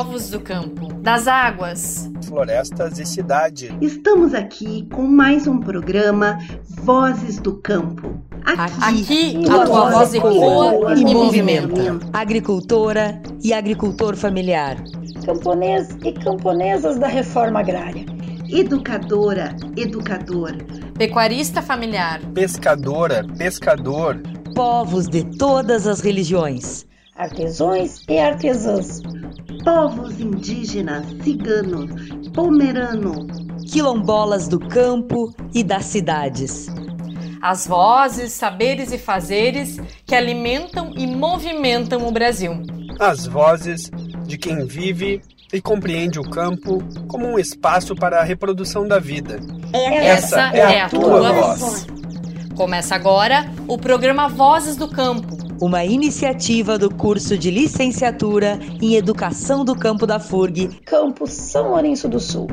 povos do campo, das águas, florestas e cidade. Estamos aqui com mais um programa Vozes do Campo. Aqui a tua voz ecoa e movimenta. Agricultora e agricultor familiar. Camponês e camponesas da reforma agrária. Educadora, educador. Pecuarista familiar. Pescadora, pescador. Povos de todas as religiões. Artesões e artesãs. Povos indígenas, ciganos, pomerano. Quilombolas do campo e das cidades. As vozes, saberes e fazeres que alimentam e movimentam o Brasil. As vozes de quem vive e compreende o campo como um espaço para a reprodução da vida. Essa é a tua voz. Começa agora o programa Vozes do Campo. Uma iniciativa do curso de licenciatura em Educação do Campo da FURG, Campus São Lourenço do Sul.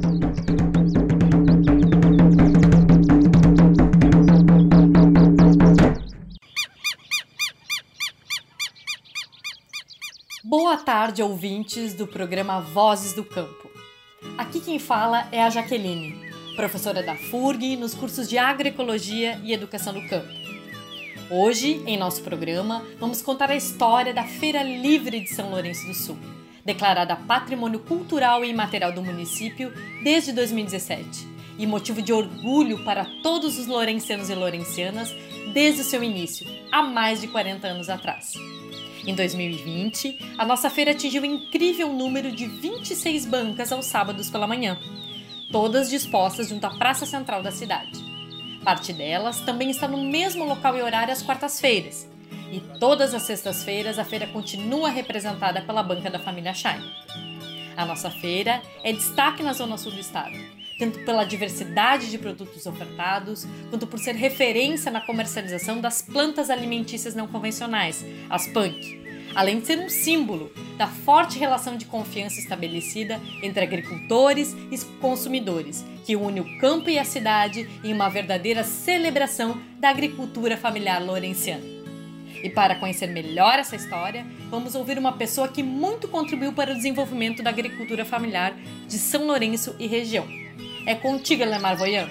Boa tarde, ouvintes do programa Vozes do Campo. Aqui quem fala é a Jaqueline, professora da FURG nos cursos de Agroecologia e Educação do Campo. Hoje, em nosso programa, vamos contar a história da Feira Livre de São Lourenço do Sul, declarada Patrimônio Cultural e Imaterial do município desde 2017 e motivo de orgulho para todos os lourencianos e lourencianas desde o seu início, há mais de 40 anos atrás. Em 2020, a nossa feira atingiu um incrível número de 26 bancas aos sábados pela manhã, todas dispostas junto à praça central da cidade. Parte delas também está no mesmo local e horário às quartas-feiras, e todas as sextas-feiras a feira continua representada pela banca da família Schein. A nossa feira é destaque na zona sul do estado, tanto pela diversidade de produtos ofertados, quanto por ser referência na comercialização das plantas alimentícias não convencionais, as PANC, além de ser um símbolo da forte relação de confiança estabelecida entre agricultores e consumidores, que une o campo e a cidade em uma verdadeira celebração da agricultura familiar lourenciana. E para conhecer melhor essa história, vamos ouvir uma pessoa que muito contribuiu para o desenvolvimento da agricultura familiar de São Lourenço e região. É contigo, Lemar Voyan.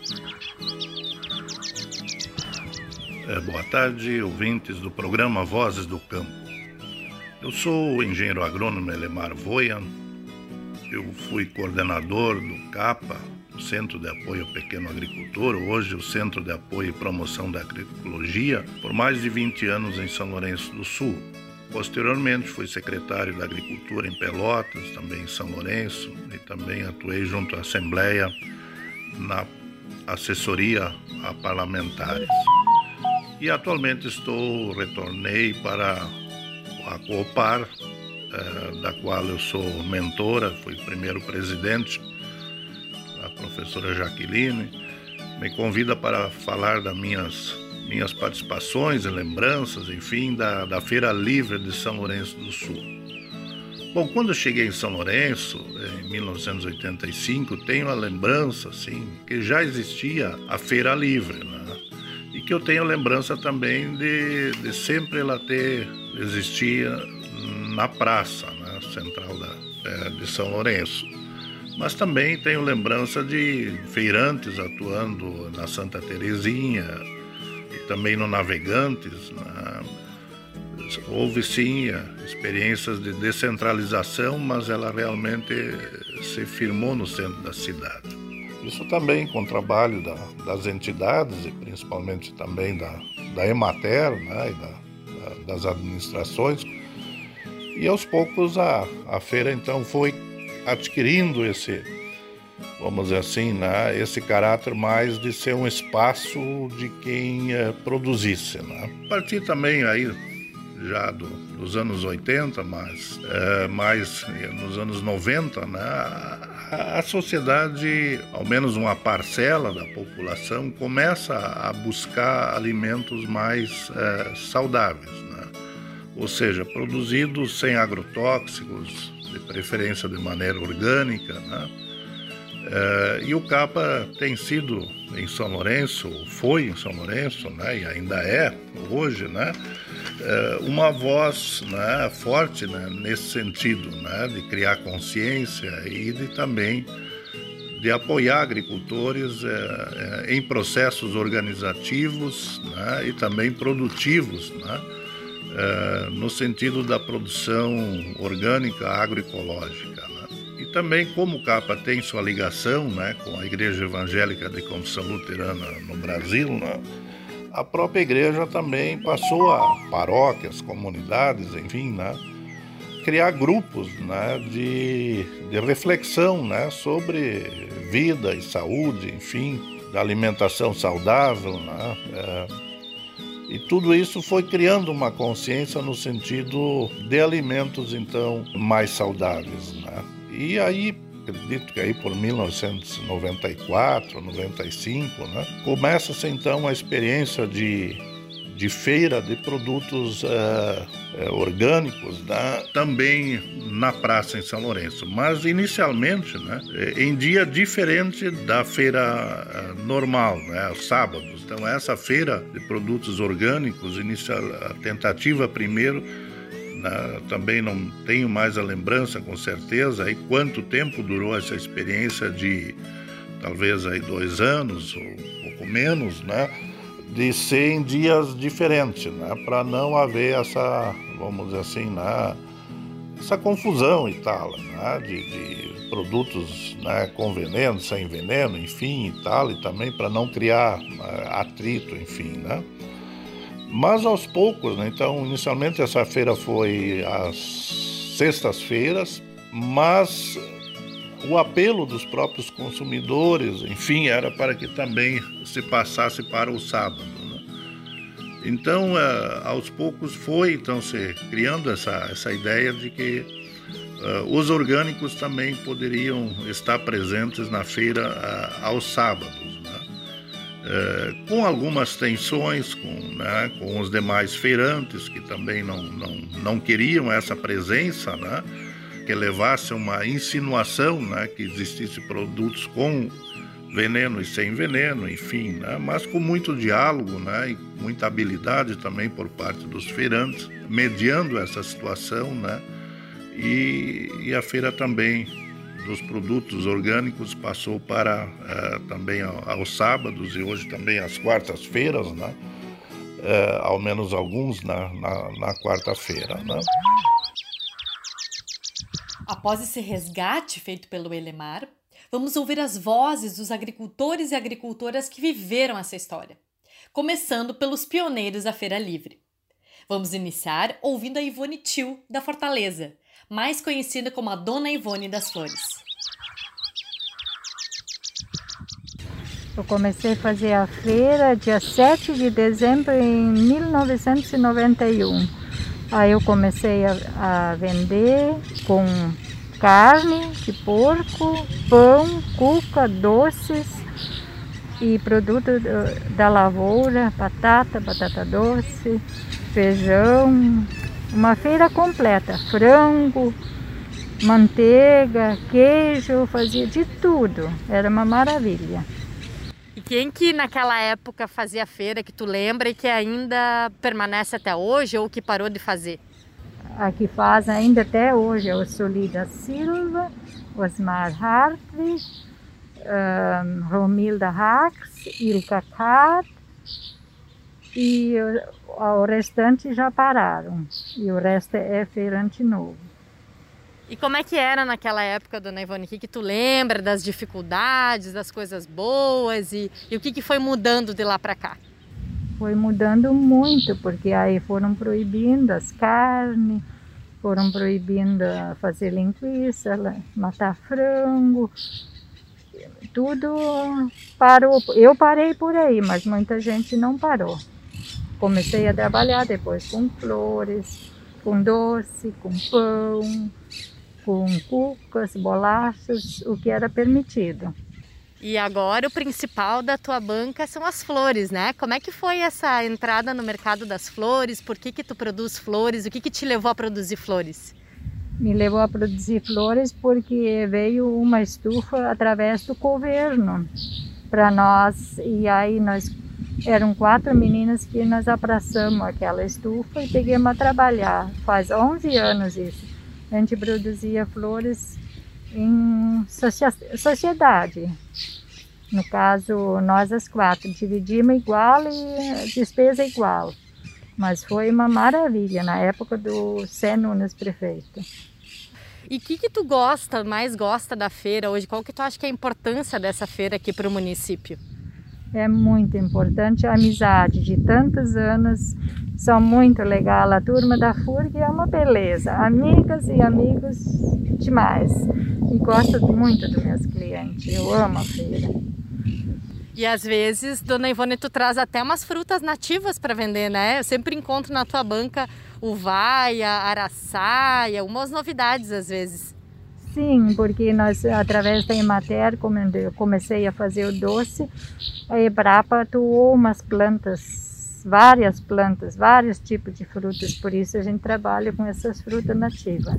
Boa tarde, ouvintes do programa Vozes do Campo. Eu sou o engenheiro agrônomo Lemar Voyan. Eu fui coordenador do CAPA, Centro de Apoio ao Pequeno Agricultor, hoje o Centro de Apoio e Promoção da Agroecologia, por mais de 20 anos em São Lourenço do Sul. Posteriormente, fui secretário da Agricultura em Pelotas, também em São Lourenço, e também atuei junto à Assembleia na assessoria a parlamentares. E atualmente retornei para a Coopar, da qual eu sou mentora, fui o primeiro presidente, a professora Jaqueline, me convida para falar das minhas participações e lembranças, enfim, da Feira Livre de São Lourenço do Sul. Bom, quando eu cheguei em São Lourenço, em 1985, tenho a lembrança, assim, que já existia a Feira Livre, né? E que eu tenho lembrança também de sempre ela existia na praça, né, central de São Lourenço. Mas também tenho lembrança de feirantes atuando na Santa Terezinha e também no Navegantes, né? Houve sim experiências de descentralização, mas ela realmente se firmou no centro da cidade. Isso também com o trabalho das entidades e principalmente também da Emater, né, e das administrações. E aos poucos a feira então foi adquirindo vamos dizer assim, né, esse caráter mais de ser um espaço de quem produzisse, né. A partir também aí já dos anos 80, mas mais nos anos 90, né, a sociedade, ao menos uma parcela da população, começa a buscar alimentos mais saudáveis, né? Ou seja, produzidos sem agrotóxicos, de preferência de maneira orgânica, né? E o CAPA tem sido em São Lourenço, foi em São Lourenço, né? E ainda é hoje, né? uma voz, né, forte, né, nesse sentido, né, de criar consciência e de também de apoiar agricultores em processos organizativos, né, e também produtivos, né, no sentido da produção orgânica agroecológica. Né. E também, como o CAPA tem sua ligação, né, com a Igreja Evangélica de Confissão Luterana no Brasil, né, a própria igreja também passou a paróquias, comunidades, enfim, né, criar grupos, né, de reflexão, né, sobre vida e saúde, enfim, da alimentação saudável, né, e tudo isso foi criando uma consciência no sentido de alimentos, então, mais saudáveis, né. E aí, acredito que aí por 1994, 95, né, começa-se então a experiência de feira de produtos orgânicos, né, também na praça em São Lourenço, mas inicialmente, né, em dia diferente da feira normal, né, aos sábados. Então essa feira de produtos orgânicos, a tentativa primeiro, né, também não tenho mais a lembrança com certeza aí quanto tempo durou essa experiência de talvez aí 2 anos ou um pouco menos, né, de ser em dias diferentes, né, para não haver essa, vamos dizer assim, né, essa confusão e tal, né, de produtos, né, com veneno, sem veneno, enfim, e tal, e também para não criar atrito, enfim, né. Mas aos poucos, né, então inicialmente essa feira foi às sextas-feiras, mas o apelo dos próprios consumidores, enfim, era para que também se passasse para o sábado, né? Então, aos poucos foi então se criando essa ideia de que os orgânicos também poderiam estar presentes na feira aos sábados, né? Com algumas tensões com os demais feirantes que também não queriam essa presença, né? Que levasse uma insinuação, né, que existisse produtos com veneno e sem veneno, enfim, né, mas com muito diálogo, né, e muita habilidade também por parte dos feirantes, mediando essa situação, né, e a feira também dos produtos orgânicos passou para também aos sábados e hoje também às quartas-feiras, né, ao menos alguns na quarta-feira, né. Após esse resgate feito pelo Elemar, vamos ouvir as vozes dos agricultores e agricultoras que viveram essa história, começando pelos pioneiros da Feira Livre. Vamos iniciar ouvindo a Ivone Tio, da Fortaleza, mais conhecida como a Dona Ivone das Flores. Eu comecei a fazer a feira dia 7 de dezembro em 1991. Aí eu comecei a vender com carne de porco, pão, cuca, doces e produto da lavoura, batata doce, feijão, uma feira completa, frango, manteiga, queijo, fazia de tudo, era uma maravilha. E quem que naquela época fazia feira que tu lembra e que ainda permanece até hoje ou que parou de fazer? A que faz ainda até hoje é o Solida Silva, Osmar Hartley, Romilda Hax, Ilka Kat e o restante já pararam. E o resto é feirante novo. E como é que era naquela época, Dona Ivone? O que tu lembra das dificuldades, das coisas boas e o que foi mudando de lá para cá? Foi mudando muito, porque aí foram proibindo as carnes, foram proibindo fazer linguiça, matar frango, tudo parou. Eu parei por aí, mas muita gente não parou. Comecei a trabalhar depois com flores, com doce, com pão, com cucas, bolachas, o que era permitido. E agora o principal da tua banca são as flores, né? Como é que foi essa entrada no mercado das flores? Por que tu produz flores? O que te levou a produzir flores? Me levou a produzir flores porque veio uma estufa através do governo para nós. E aí nós Eram 4 meninas que nós abraçamos aquela estufa e pegamos a trabalhar. Faz 11 anos isso. A gente produzia flores em sociedade. No caso, nós as 4 dividimos igual e despesa igual. Mas foi uma maravilha na época do Zé Nunes prefeito. E o que tu mais gosta da feira hoje? Qual que tu acha que é a importância dessa feira aqui para o município? É muito importante a amizade de tantos anos, são muito legal. A turma da FURG é uma beleza, amigas e amigos demais. E gosto muito dos meus clientes, eu amo a feira. E às vezes, dona Ivone, tu traz até umas frutas nativas para vender, né? Eu sempre encontro na tua banca uvaia, araçaia, umas novidades às vezes. Sim, porque nós, através da Emater, quando eu comecei a fazer o doce, a Embrapa atuou umas plantas, vários tipos de frutas, por isso a gente trabalha com essas frutas nativas.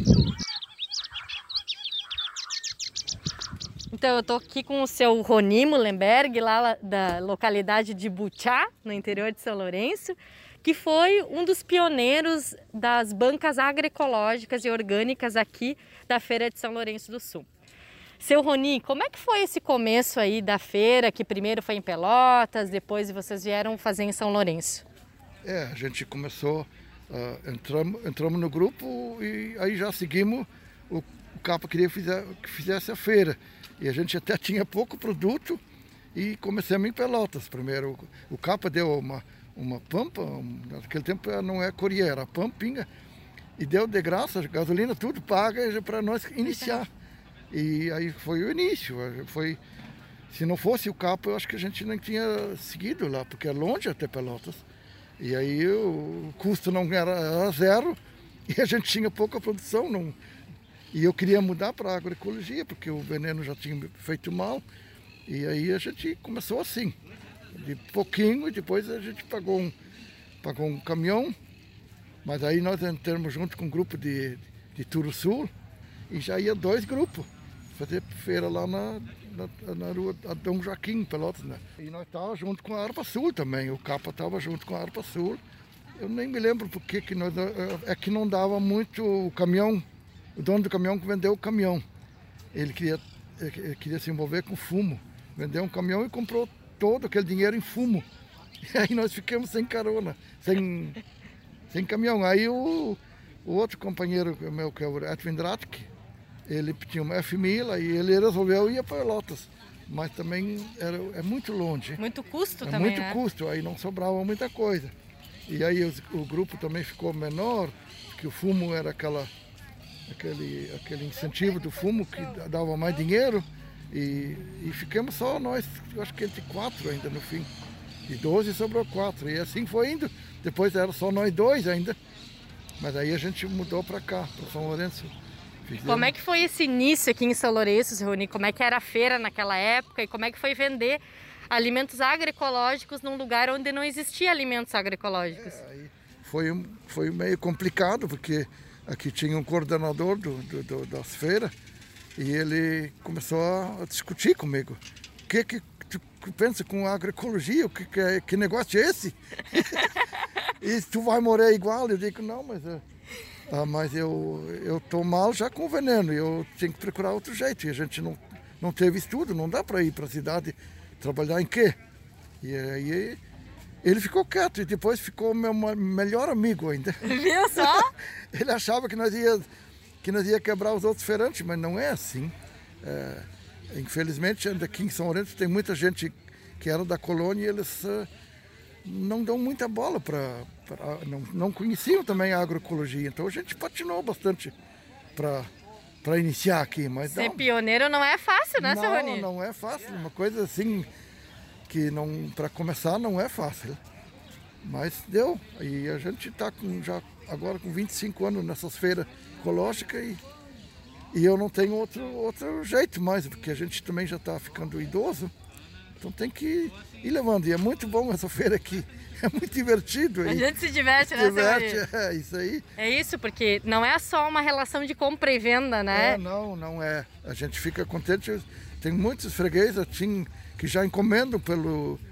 Então eu estou aqui com o seu Roni Mullenberg, lá da localidade de Butiá, no interior de São Lourenço, que foi um dos pioneiros das bancas agroecológicas e orgânicas aqui da Feira de São Lourenço do Sul. Seu Roni, como é que foi esse começo aí da feira, que primeiro foi em Pelotas, depois vocês vieram fazer em São Lourenço? A gente começou, entramos no grupo e aí já seguimos, o Capa queria que fizesse a feira. E a gente até tinha pouco produto e começamos em Pelotas primeiro. O Capa deu uma pampa, naquele tempo não é Corriere, era pampinha, e deu de graça, gasolina, tudo paga para nós iniciar. E aí foi o início. Se não fosse o Capa, eu acho que a gente nem tinha seguido lá, porque é longe até Pelotas. E aí o custo não era zero e a gente tinha pouca produção. E eu queria mudar para a agroecologia, porque o veneno já tinha feito mal. E aí a gente começou assim, de pouquinho, e depois a gente pagou um caminhão. Mas aí nós entramos junto com um grupo de Turo Sul e já ia 2 grupos fazer feira lá na rua Dom Joaquim, Pelotas, né? E nós estávamos junto com a Arpa Sul também, o Capa estava junto com a Arpa Sul. Eu nem me lembro porque que nós, é que não dava muito o caminhão. O dono do caminhão que vendeu o caminhão, ele queria se envolver com fumo. Vendeu um caminhão e comprou todo aquele dinheiro em fumo. E aí nós ficamos sem carona, sem caminhão. Aí o outro companheiro meu, que é o Edwin Dratke, ele tinha uma F1000 e ele resolveu ir para Pelotas. Mas também é muito longe. Muito custo também, muito custo, aí não sobrava muita coisa. E aí o grupo também ficou menor, porque o fumo era aquele incentivo do fumo que dava mais dinheiro e ficamos só nós, acho que entre 4 ainda no fim, de 12 sobrou 4 e assim foi indo, depois era só nós 2 ainda, mas aí a gente mudou para cá, para São Lourenço. Como é que foi esse início aqui em São Lourenço, seu Roni? Como é que era a feira naquela época e como é que foi vender alimentos agroecológicos num lugar onde não existia alimentos agroecológicos? Foi meio complicado, porque aqui tinha um coordenador das feiras e ele começou a discutir comigo. O que tu pensa com agroecologia? Que negócio é esse? E tu vai morrer igual? Eu digo, não, mas eu estou mal já com o veneno, eu tenho que procurar outro jeito. E a gente não teve estudo, não dá para ir para a cidade trabalhar em quê? E aí ele ficou quieto e depois ficou meu melhor amigo ainda. Viu só? Ele achava que nós ia quebrar os outros feirantes, mas não é assim. Infelizmente, aqui em São Lourenço tem muita gente que era da colônia e eles não dão muita bola não conheciam também a agroecologia. Então a gente patinou bastante para iniciar aqui. Mas ser pioneiro não é fácil, né, seu Roni? Não é fácil. Uma coisa assim que para começar não é fácil. Mas deu. E a gente está já agora com 25 anos nessas feiras ecológicas e eu não tenho outro jeito mais, porque a gente também já está ficando idoso. Então tem que ir levando. E é muito bom essa feira aqui. É muito divertido. A gente se diverte, né, seu É isso aí. É isso, porque não é só uma relação de compra e venda, né? Não é. A gente fica contente. Tem muitos fregueses que já encomendam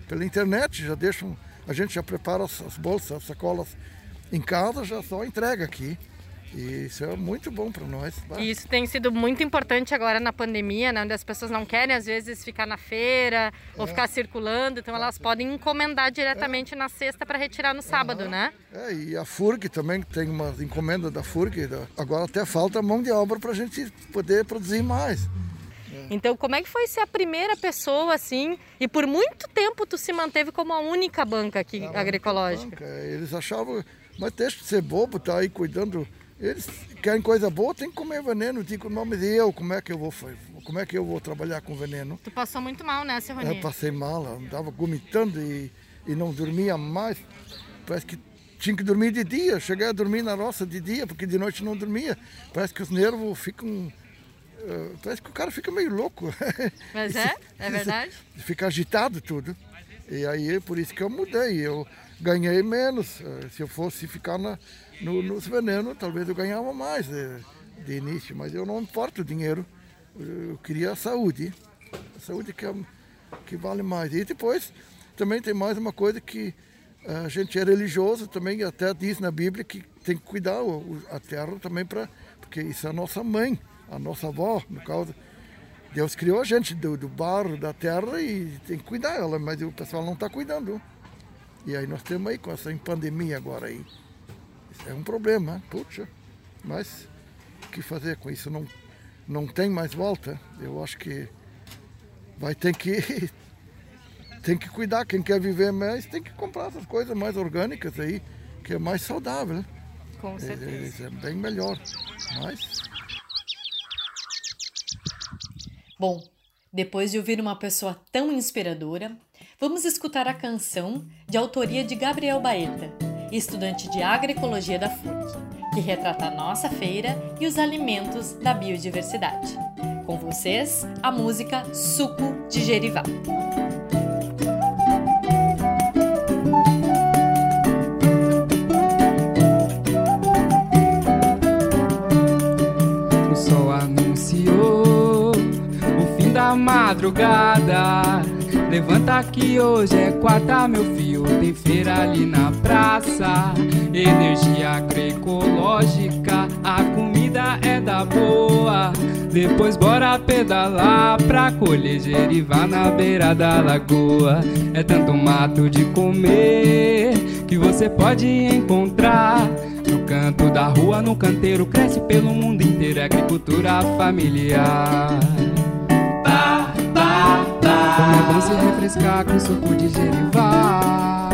pela internet, a gente já prepara as bolsas, as sacolas em casa, já só entrega aqui. E isso é muito bom para nós. E isso tem sido muito importante agora na pandemia, né, onde as pessoas não querem às vezes ficar na feira ou ficar circulando, então elas podem encomendar diretamente na sexta para retirar no sábado, né? E a FURG também tem uma encomenda da FURG, agora até falta mão de obra para a gente poder produzir mais. Então, como é que foi ser a primeira pessoa, assim, e por muito tempo tu se manteve como a única banca aqui agroecológica? Eles achavam, mas deixa de ser bobo, tá aí cuidando. Eles querem coisa boa, tem que comer veneno. Digo, mas como é que eu vou trabalhar com veneno? Tu passou muito mal, né, seu Rony? Eu passei mal, andava vomitando e não dormia mais. Parece que tinha que dormir de dia. Cheguei a dormir na roça de dia, porque de noite não dormia. Parece que os nervos ficam... Parece que o cara fica meio louco. Mas é verdade? Fica agitado tudo. E aí, por isso que eu mudei. Eu ganhei menos. Se eu fosse ficar nos venenos, talvez eu ganhava mais de início. Mas eu não importo o dinheiro. Eu queria a saúde. A saúde que vale mais. E depois, também tem mais uma coisa que a gente é religioso também, até diz na Bíblia que tem que cuidar a terra também, porque isso é a nossa mãe. A nossa avó, no caso, Deus criou a gente do barro, da terra e tem que cuidar dela, mas o pessoal não está cuidando. E aí nós temos aí com essa pandemia agora aí. Isso é um problema, puxa. Mas o que fazer com isso? Não tem mais volta. Eu acho que vai ter que cuidar. Quem quer viver mais tem que comprar essas coisas mais orgânicas aí, que é mais saudável. Com certeza. É bem melhor. Mas... Bom, depois de ouvir uma pessoa tão inspiradora, vamos escutar a canção de autoria de Gabriel Baeta, estudante de agroecologia da FURG, que retrata a nossa feira e os alimentos da biodiversidade. Com vocês, a música Suco de Gerivá. O sol anunciou da madrugada, levanta que hoje é quarta, meu filho, tem feira ali na praça, energia agroecológica, a comida é da boa, depois bora pedalar pra colher gerivá na beira da lagoa, é tanto mato de comer que você pode encontrar no canto da rua, no canteiro, cresce pelo mundo inteiro, é agricultura familiar. Como é bom se refrescar com suco de gerivá.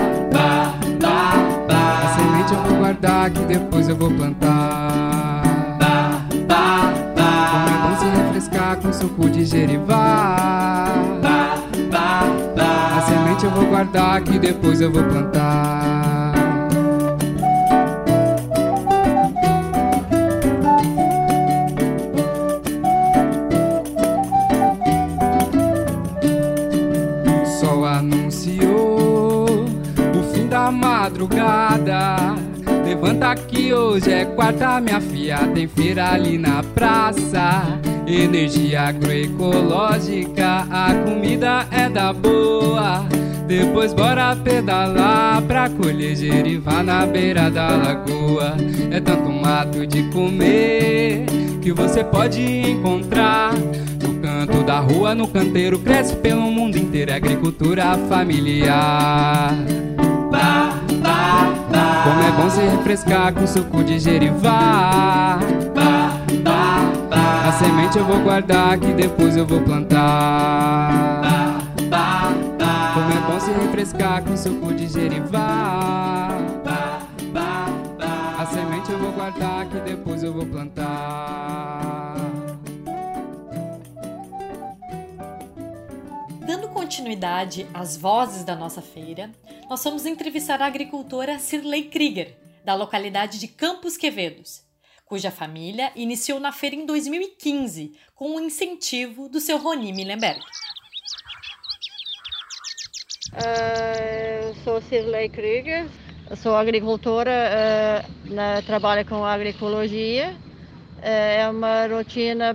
A semente eu vou guardar que depois eu vou plantar. Como é bom se refrescar com suco de gerivá. A semente eu vou guardar que depois eu vou plantar. Anunciou o fim da madrugada, levanta que hoje é quarta, minha filha, tem feira ali na praça, energia agroecológica, a comida é da boa, depois bora pedalar pra colher gerivá na beira da lagoa, é tanto mato de comer que você pode encontrar no canto da rua, no canteiro, cresce pelo mundo inteiro, é agricultura familiar. Como é bom se refrescar com suco de gerivá. A semente eu vou guardar que depois eu vou plantar. Como é bom se refrescar com suco de gerivá. A semente eu vou guardar que depois eu vou plantar. Dando continuidade às vozes da nossa feira, nós vamos entrevistar a agricultora Cirlei Krieger, da localidade de Campos Quevedos, cuja família iniciou na feira em 2015 com o incentivo do seu Rony Millenberg. Eu sou Cirlei Krieger, sou agricultora, trabalho com agroecologia. É uma rotina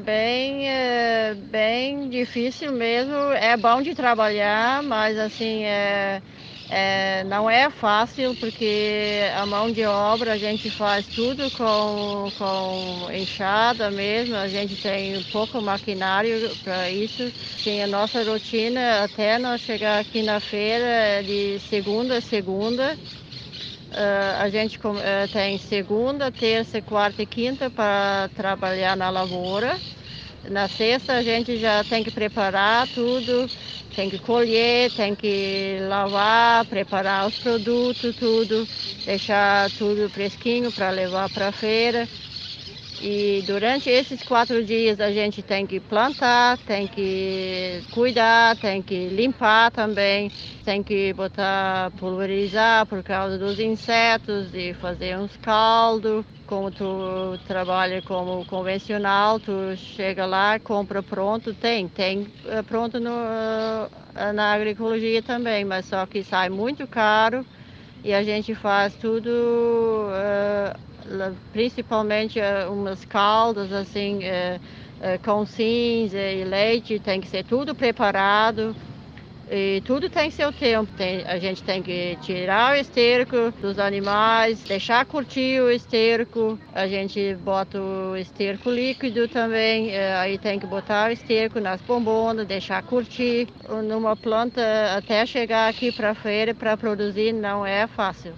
bem difícil mesmo. É bom de trabalhar, mas assim, não é fácil porque a mão de obra a gente faz tudo com enxada mesmo. A gente tem pouco maquinário para isso. Sim, a nossa rotina até nós chegar aqui na feira é de segunda a segunda. A gente tem segunda, terça, quarta e quinta para trabalhar na lavoura. Na sexta a gente já tem que preparar tudo, tem que colher, tem que lavar, preparar os produtos, tudo, deixar tudo fresquinho para levar para a feira. E durante esses 4 dias a gente tem que plantar, tem que cuidar, tem que limpar também, tem que pulverizar por causa dos insetos e fazer uns caldos. Como tu trabalha como convencional, tu chega lá, compra pronto, tem pronto na agroecologia também, mas só que sai muito caro e a gente faz tudo... principalmente umas caldas assim com cinza e leite, tem que ser tudo preparado e tudo tem seu tempo. A gente tem que tirar o esterco dos animais, deixar curtir o esterco, a gente bota o esterco líquido também, aí tem que botar o esterco nas bombonas, deixar curtir. Numa planta até chegar aqui para a feira para produzir não é fácil.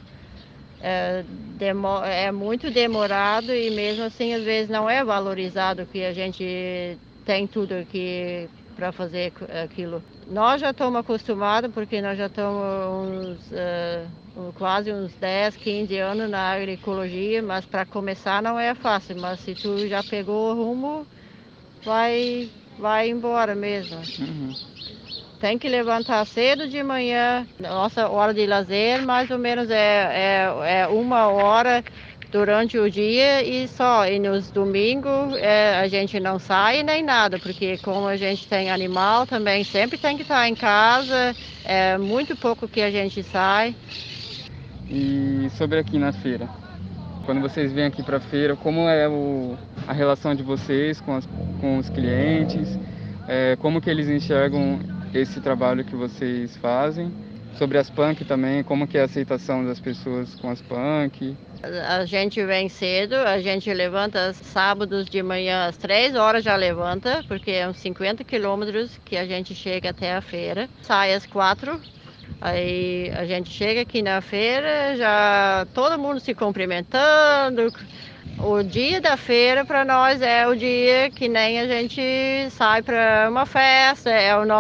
É muito demorado e mesmo assim às vezes não é valorizado que a gente tem tudo aqui para fazer aquilo. Nós já estamos acostumados porque nós já estamos quase uns 10, 15 anos na agroecologia, mas para começar não é fácil, mas se tu já pegou o rumo, vai embora mesmo. Uhum. Tem que levantar cedo de manhã, nossa hora de lazer mais ou menos é 1 hora durante o dia e só. E nos domingos a gente não sai nem nada, porque como a gente tem animal também, sempre tem que estar em casa, é muito pouco que a gente sai. E sobre aqui na feira, quando vocês vêm aqui para a feira, como é a relação de vocês com os clientes, como que eles enxergam esse trabalho que vocês fazem? Sobre as punk também, como que é a aceitação das pessoas com as punk? A gente vem cedo, a gente levanta sábados de manhã às 3 horas já levanta, porque é uns 50 quilômetros que a gente chega até a feira. Sai às 4, aí a gente chega aqui na feira, já todo mundo se cumprimentando. O dia da feira para nós é o dia que nem a gente sai para uma festa, é o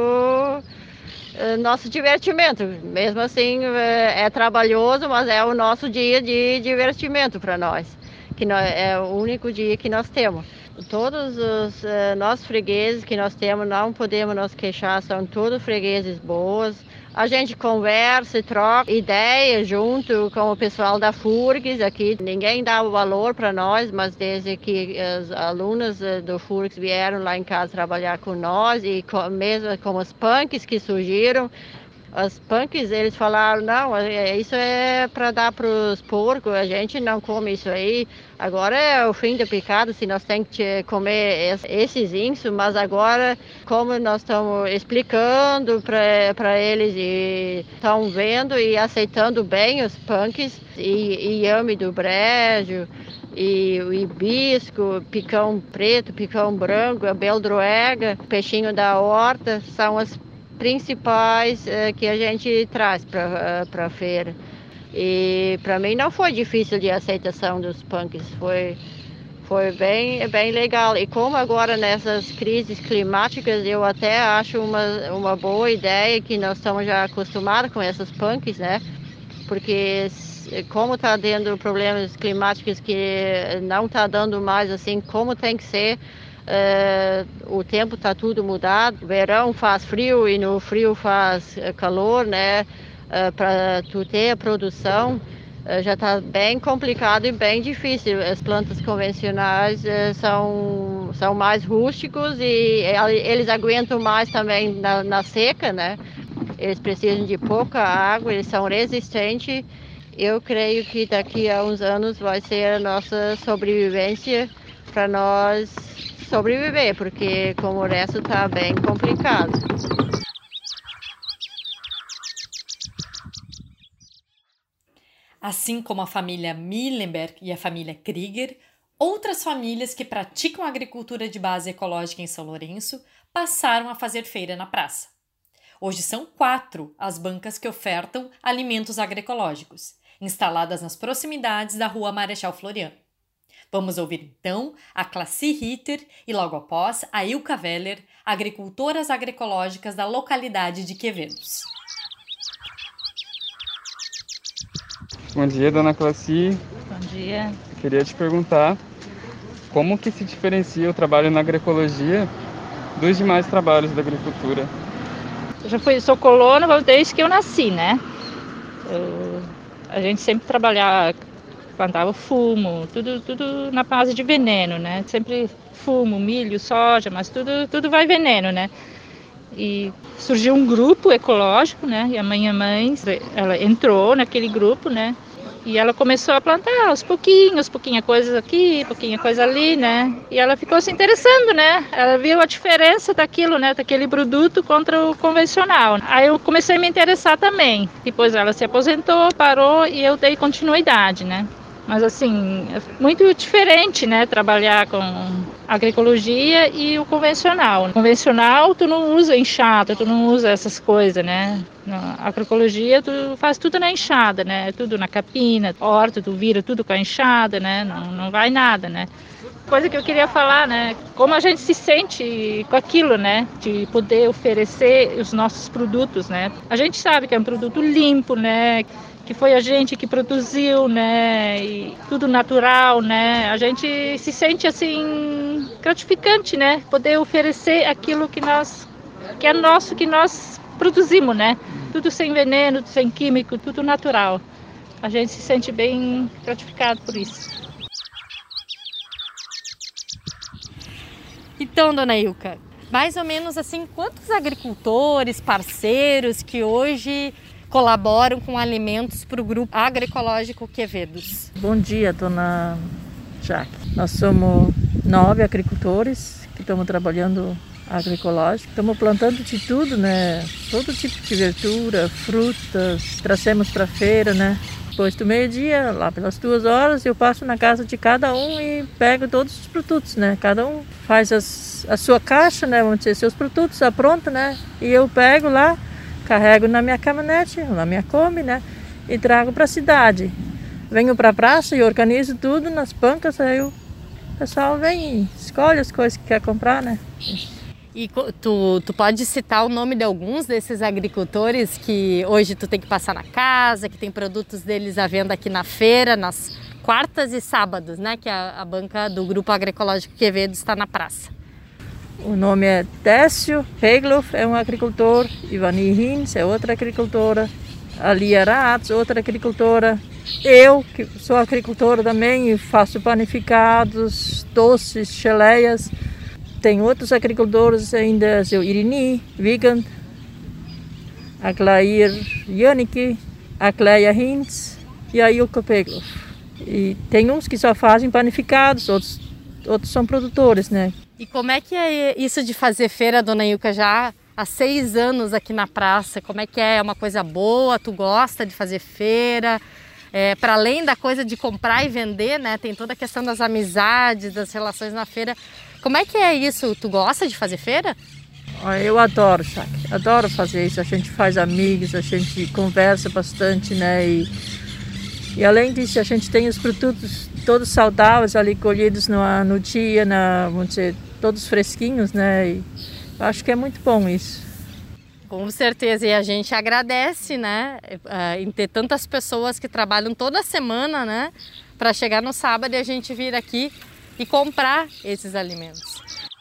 nosso divertimento. Mesmo assim é trabalhoso, mas é o nosso dia de divertimento para nós, é o único dia que nós temos. Todos os nossos fregueses que nós temos, não podemos nos queixar, são todos fregueses boas. A gente conversa e troca ideias junto com o pessoal da FURGS aqui. Ninguém dá o valor para nós, mas desde que as alunas do FURGS vieram lá em casa trabalhar com nós e mesmo com os punks que surgiram, as punks eles falaram, não, isso é para dar para os porcos, a gente não come isso aí. Agora é o fim do picado, se nós temos que comer esses insos, mas agora, como nós estamos explicando para eles e estão vendo e aceitando bem os punks, e inhame do brejo, e o hibisco, picão preto, picão branco, a beldroega, peixinho da horta, são as principais que a gente traz para a feira. E para mim não foi difícil de aceitação dos punks, foi bem legal. E como agora nessas crises climáticas, eu até acho uma boa ideia que nós estamos já acostumados com essas punks, né? Porque como está tendo problemas climáticos que não está dando mais assim como tem que ser, o tempo está tudo mudado, verão faz frio e no frio faz calor, né? Para tu ter a produção já está bem complicado e bem difícil. As plantas convencionais são mais rústicos e eles aguentam mais também na seca, né? Eles precisam de pouca água, eles são resistentes. Eu creio que daqui a uns anos vai ser a nossa sobrevivência para nós sobreviver, porque como o resto está bem complicado. Assim como a família Millenberg e a família Krieger, outras famílias que praticam agricultura de base ecológica em São Lourenço passaram a fazer feira na praça. Hoje são 4 as bancas que ofertam alimentos agroecológicos, instaladas nas proximidades da Rua Marechal Floriano. Vamos ouvir então a Classi Ritter e logo após a Ilka Weller, agricultoras agroecológicas da localidade de Quevedos. Bom dia, dona Classi. Bom dia. Eu queria te perguntar como que se diferencia o trabalho na agroecologia dos demais trabalhos da agricultura? Eu sou colono desde que eu nasci, né? A gente sempre trabalhava, plantava fumo, tudo na base de veneno, né? Sempre fumo, milho, soja, mas tudo vai veneno, né? E surgiu um grupo ecológico, né? E a minha mãe, ela entrou naquele grupo, né? E ela começou a plantar aos pouquinhos, pouquinha coisa aqui, pouquinha coisa ali, né? E ela ficou se interessando, né? Ela viu a diferença daquilo, né? Daquele produto contra o convencional. Aí eu comecei a me interessar também. Depois ela se aposentou, parou e eu dei continuidade, né? Mas assim, é muito diferente, né, trabalhar com agroecologia e o convencional. O convencional, tu não usa enxada, tu não usa essas coisas, né? Na agroecologia, tu faz tudo na enxada, né? Tudo na capina, horta, tu vira tudo com a enxada, né? Não vai nada, né? Coisa que eu queria falar, né? Como a gente se sente com aquilo, né? De poder oferecer os nossos produtos, né? A gente sabe que é um produto limpo, né? Que foi a gente que produziu, né, e tudo natural, né, a gente se sente, assim, gratificante, né, poder oferecer aquilo que é nosso, que nós produzimos, né, tudo sem veneno, sem químico, tudo natural. A gente se sente bem gratificado por isso. Então, dona Ilka, mais ou menos assim, quantos agricultores, parceiros que hoje colaboram com alimentos para o Grupo Agroecológico Quevedos? Bom dia, dona Jaque. Nós somos 9 agricultores que estamos trabalhando agroecológico. Estamos plantando de tudo, né? Todo tipo de verdura, frutas, trazemos para a feira, né? Depois do meio-dia, lá pelas 2 horas, eu passo na casa de cada um e pego todos os produtos, né? Cada um faz a sua caixa, né? Vamos dizer, seus produtos, apronta, né? E eu pego lá, carrego na minha caminhonete, na minha Kombi, né? E trago para a cidade. Venho para a praça e organizo tudo nas bancas, aí o pessoal vem e escolhe as coisas que quer comprar, né? E tu pode citar o nome de alguns desses agricultores que hoje tu tem que passar na casa, que tem produtos deles à venda aqui na feira, nas quartas e sábados, né? Que a banca do Grupo Agroecológico Quevedo está na praça. O nome é Décio Hegloff, é um agricultor. Ivani Hins é outra agricultora. Alia Ratz, outra agricultora. Eu, que sou agricultora também, e faço panificados, doces, geleias. Tem outros agricultores ainda, o Irini Vigand, a Clair Janicki, a Cleia Hins e a Ilka Hegloff. E tem uns que só fazem panificados, outros são produtores, né? E como é que é isso de fazer feira, dona Ilka, já há 6 anos aqui na praça? Como é que é? É uma coisa boa? Tu gosta de fazer feira? Para além da coisa de comprar e vender, né? Tem toda a questão das amizades, das relações na feira. Como é que é isso? Tu gosta de fazer feira? Eu adoro, Jaque. Adoro fazer isso. A gente faz amigos, a gente conversa bastante, né? E além disso, a gente tem os produtos todos saudáveis ali colhidos no dia, vamos dizer, todos fresquinhos, né? E acho que é muito bom isso. Com certeza, e a gente agradece, né, em ter tantas pessoas que trabalham toda semana, né, para chegar no sábado e a gente vir aqui e comprar esses alimentos.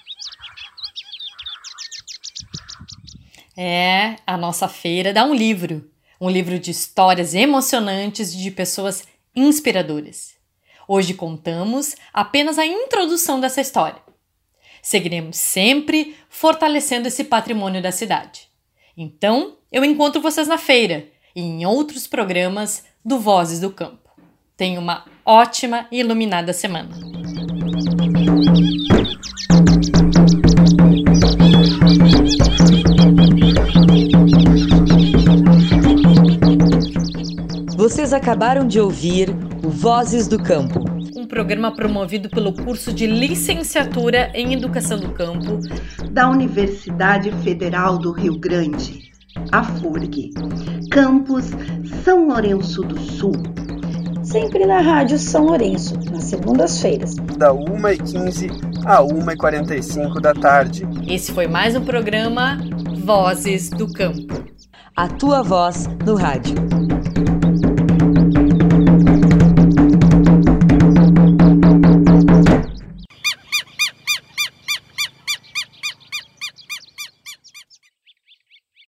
A nossa feira dá um livro de histórias emocionantes de pessoas inspiradoras. Hoje contamos apenas a introdução dessa história. Seguiremos sempre fortalecendo esse patrimônio da cidade. Então, eu encontro vocês na feira e em outros programas do Vozes do Campo. Tenha uma ótima e iluminada semana. Vocês acabaram de ouvir o Vozes do Campo, um programa promovido pelo curso de Licenciatura em Educação do Campo da Universidade Federal do Rio Grande, a FURG, campus São Lourenço do Sul. Sempre na Rádio São Lourenço, nas segundas-feiras, da 1h15 a 1h45 da tarde. Esse foi mais um programa Vozes do Campo. A tua voz no rádio.